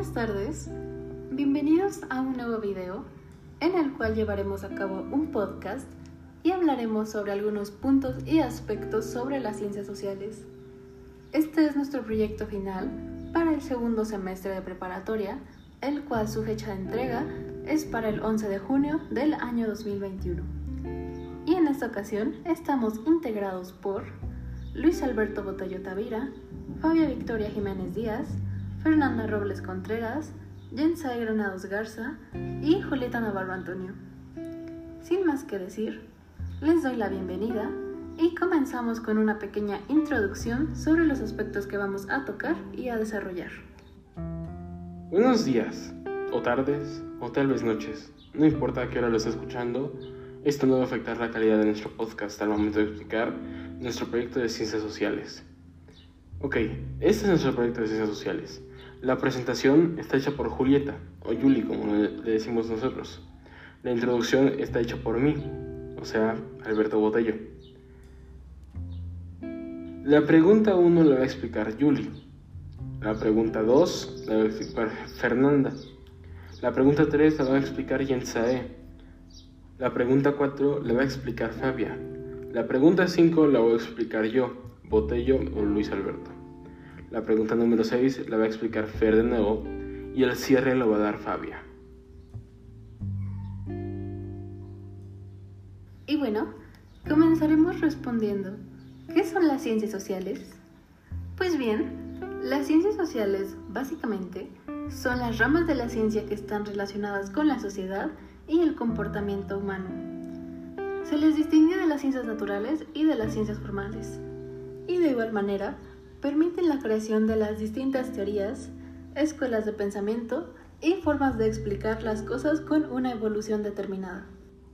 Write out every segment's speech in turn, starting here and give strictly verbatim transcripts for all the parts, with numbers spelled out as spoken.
Buenas tardes, bienvenidos a un nuevo video en el cual llevaremos a cabo un podcast y hablaremos sobre algunos puntos y aspectos sobre las ciencias sociales. Este es nuestro proyecto final para el segundo semestre de preparatoria, el cual su fecha de entrega es para el once de junio del año dos mil veintiuno. Y en esta ocasión estamos integrados por Luis Alberto Botello Tavira, Fabia Victoria Jiménez Díaz, Fernanda Robles Contreras, Jensay Granados Garza y Julieta Navarro Antonio. Sin más que decir, les doy la bienvenida y comenzamos con una pequeña introducción sobre los aspectos que vamos a tocar y a desarrollar. Buenos días, o tardes, o tal vez noches. No importa a qué hora lo esté escuchando, esto no va a afectar la calidad de nuestro podcast al momento de explicar nuestro proyecto de ciencias sociales. Ok, este es nuestro proyecto de ciencias sociales. La presentación está hecha por Julieta, o Yuli como le decimos nosotros. La introducción está hecha por mí, o sea, Alberto Botello. La pregunta uno la va a explicar Yuli. La pregunta dos la va a explicar Fernanda. La pregunta tres la va a explicar Jensay. La pregunta cuatro la va a explicar Fabia. La pregunta cinco la voy a explicar yo, Botello o Luis Alberto. La pregunta número seis la va a explicar Fer de nuevo y el cierre lo va a dar Fabia. Y bueno, comenzaremos respondiendo, ¿qué son las ciencias sociales? Pues bien, las ciencias sociales básicamente son las ramas de la ciencia que están relacionadas con la sociedad y el comportamiento humano. Se les distingue de las ciencias naturales y de las ciencias formales. Y de igual manera, permiten la creación de las distintas teorías, escuelas de pensamiento y formas de explicar las cosas con una evolución determinada.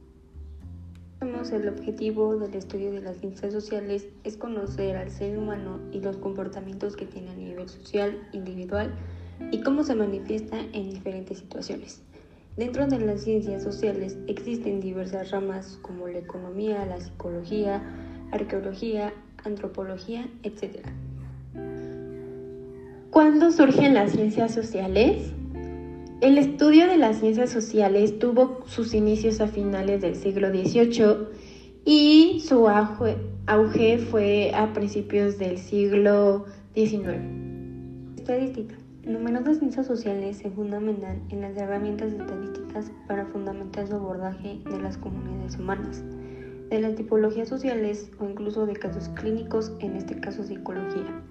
El objetivo del estudio de las ciencias sociales es conocer al ser humano y los comportamientos que tiene a nivel social, individual y cómo se manifiesta en diferentes situaciones. Dentro de las ciencias sociales existen diversas ramas como la economía, la psicología, arqueología, antropología, etcétera. ¿Cuándo surgen las ciencias sociales? El estudio de las ciencias sociales tuvo sus inicios a finales del siglo dieciocho y su auge fue a principios del siglo diecinueve. Estadística. Numerosas ciencias sociales se fundamentan en las herramientas estadísticas para fundamentar su abordaje de las comunidades humanas, de las tipologías sociales o incluso de casos clínicos, en este caso psicología.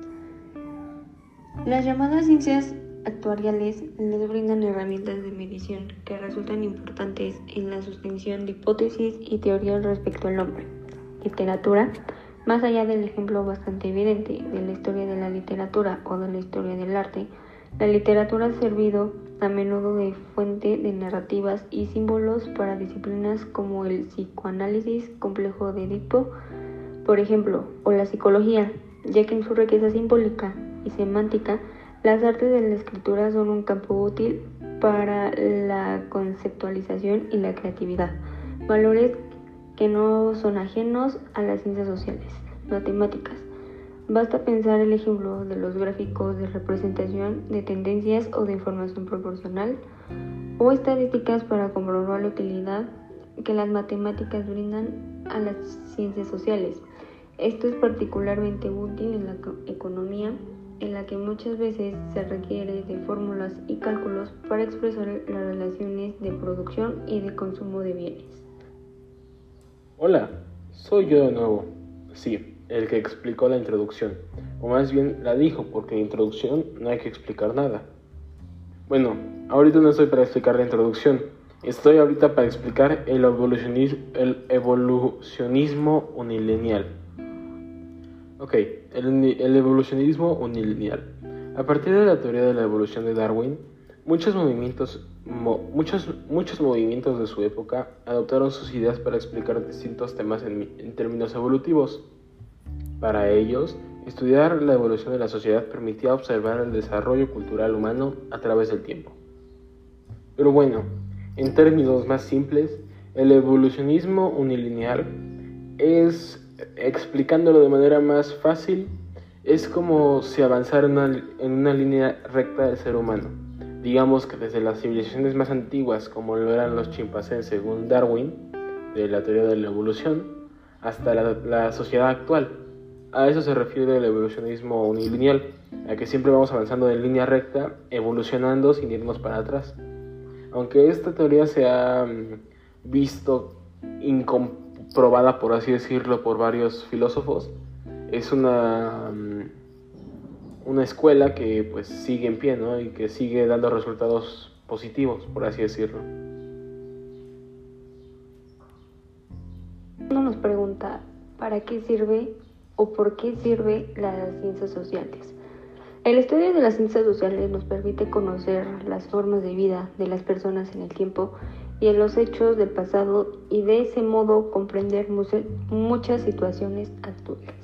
Las llamadas ciencias actuariales les brindan herramientas de medición que resultan importantes en la sostenición de hipótesis y teorías respecto al hombre. Literatura. Más allá del ejemplo bastante evidente de la historia de la literatura o de la historia del arte, la literatura ha servido a menudo de fuente de narrativas y símbolos para disciplinas como el psicoanálisis complejo de Edipo, por ejemplo, o la psicología, ya que en su riqueza simbólica y semántica, las artes de la escritura son un campo útil para la conceptualización y la creatividad, valores que no son ajenos a las ciencias sociales, matemáticas. Basta pensar el ejemplo de los gráficos de representación de tendencias o de información proporcional o estadísticas para comprobar la utilidad que las matemáticas brindan a las ciencias sociales. Esto es particularmente útil en la economía, en la que muchas veces se requiere de fórmulas y cálculos para expresar las relaciones de producción y de consumo de bienes. Hola, soy yo de nuevo. Sí, el que explicó la introducción, o más bien la dijo, porque en introducción no hay que explicar nada. Bueno, ahorita no estoy para explicar la introducción, estoy ahorita para explicar el evolucionismo, el evolucionismo unilineal. Ok, el, el evolucionismo unilineal. A partir de la teoría de la evolución de Darwin, muchos movimientos, mo, muchos, muchos movimientos de su época adoptaron sus ideas para explicar distintos temas en, en términos evolutivos. Para ellos, estudiar la evolución de la sociedad permitía observar el desarrollo cultural humano a través del tiempo. Pero bueno, en términos más simples, el evolucionismo unilineal es, explicándolo de manera más fácil, es como si avanzara en una, en una línea recta del ser humano. digamos que desde las civilizaciones más antiguas, como lo eran los chimpancés según Darwin, de la teoría de la evolución, hasta la, la sociedad actual. A eso se refiere el evolucionismo unilineal, a que siempre vamos avanzando en línea recta, evolucionando sin irnos para atrás. Aunque esta teoría se ha mm, visto incomprobada, por así decirlo, por varios filósofos, es una, mm, una escuela que pues sigue en pie, ¿no? Y que sigue dando resultados positivos, por así decirlo. Uno nos pregunta, ¿para qué sirve o por qué sirve las ciencias sociales? El estudio de las ciencias sociales nos permite conocer las formas de vida de las personas en el tiempo y en los hechos del pasado, y de ese modo comprender muchas situaciones actuales.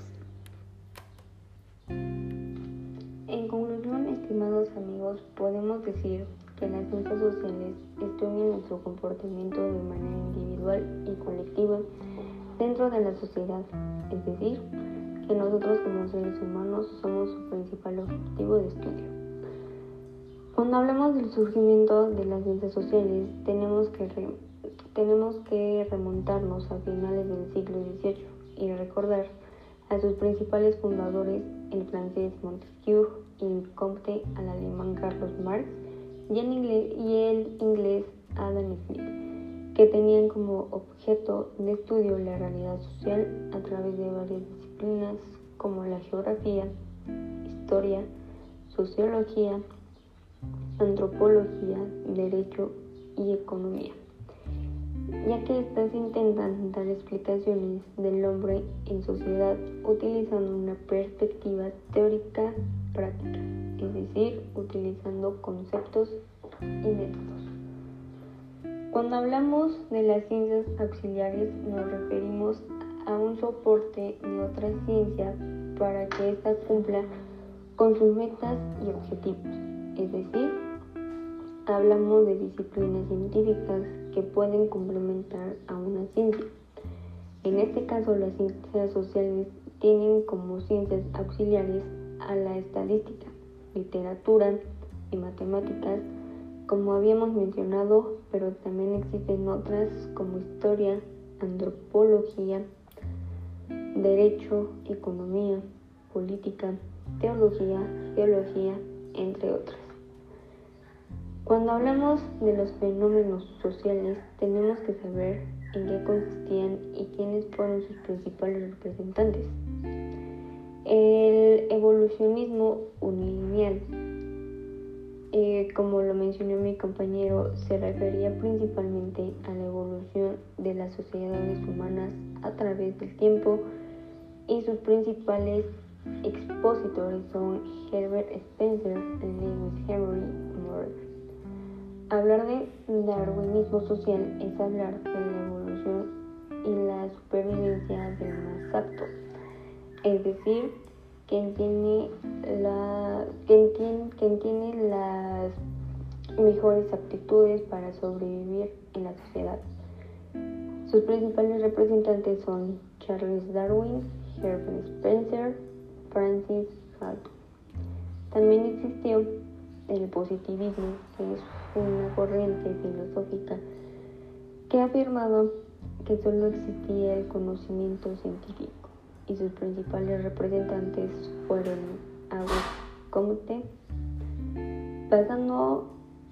En conclusión, estimados amigos, podemos decir que las ciencias sociales estudian nuestro comportamiento de manera individual y colectiva dentro de la sociedad, es decir, que nosotros como seres humanos somos su principal objetivo de estudio. Cuando hablamos del surgimiento de las ciencias sociales, tenemos que, re, tenemos que remontarnos a finales del siglo dieciocho y recordar a sus principales fundadores, el francés Montesquieu y el Comte, al alemán Carlos Marx y el inglés, y el inglés Adam Smith, que tenían como objeto de estudio la realidad social a través de varias disciplinas como la geografía, historia, sociología, antropología, derecho y economía, ya que éstas intentan dar explicaciones del hombre en sociedad utilizando una perspectiva teórica práctica, es decir, utilizando conceptos y métodos. Cuando hablamos de las ciencias auxiliares, nos referimos a un soporte de otra ciencia para que ésta cumpla con sus metas y objetivos, es decir, hablamos de disciplinas científicas que pueden complementar a una ciencia. En este caso, las ciencias sociales tienen como ciencias auxiliares a la estadística, literatura y matemáticas, como habíamos mencionado, pero también existen otras como historia, antropología, derecho, economía, política, teología, geología, entre otras. Cuando hablamos de los fenómenos sociales, tenemos que saber en qué consistían y quiénes fueron sus principales representantes. El evolucionismo unilineal, eh, como lo mencionó mi compañero, se refería principalmente a la evolución de las sociedades humanas a través del tiempo, y sus principales expositores son Herbert Spencer y Lewis Henry Morgan. Hablar de darwinismo social es hablar de la evolución y la supervivencia del más apto, es decir, quien tiene, la, quien tiene, quien tiene las mejores aptitudes para sobrevivir en la sociedad. Sus principales representantes son Charles Darwin, Herbert Spencer, Francis Galton. También existió el positivismo, que es una corriente filosófica que afirmaba que solo existía el conocimiento científico, y sus principales representantes fueron Auguste Comte. Pasando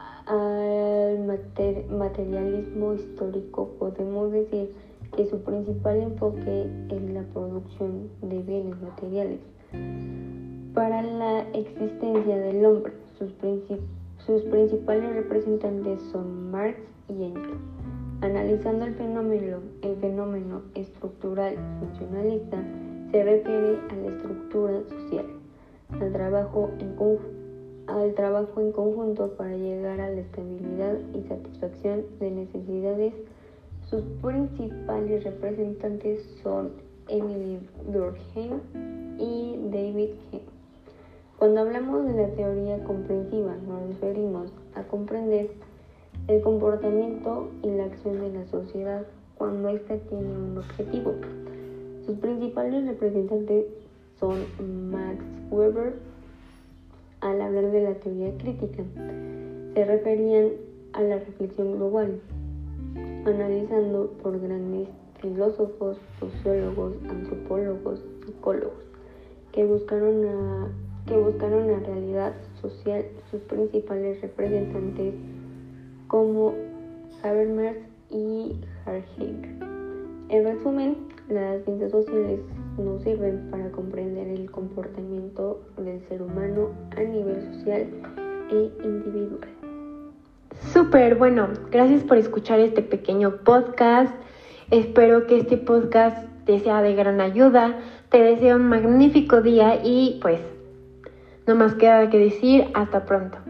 al mater- materialismo histórico, podemos decir que su principal enfoque es la producción de bienes materiales para la existencia del hombre. Sus, princip- sus principales representantes son Marx y Engels. Analizando el fenómeno, el fenómeno estructural funcionalista se refiere a la estructura social, al trabajo en conjunto, al trabajo en conjunto para llegar a la estabilidad y satisfacción de necesidades. Sus principales representantes son Emily Durkheim y David Hume. Cuando hablamos de la teoría comprensiva, nos referimos a comprender el comportamiento y la acción de la sociedad cuando ésta tiene un objetivo. Sus principales representantes son Max Weber. Al hablar de la teoría crítica, se referían a la reflexión global, analizando por grandes filósofos, sociólogos, antropólogos, psicólogos, que buscaron a, que buscaron la realidad social. Sus principales representantes como Habermas y Heidegger. En resumen, las ciencias sociales nos sirven para comprender el comportamiento del ser humano a nivel social e individual. Súper, bueno, gracias por escuchar este pequeño podcast. Espero que este podcast te sea de gran ayuda. Te deseo un magnífico día y pues no más queda que decir hasta pronto.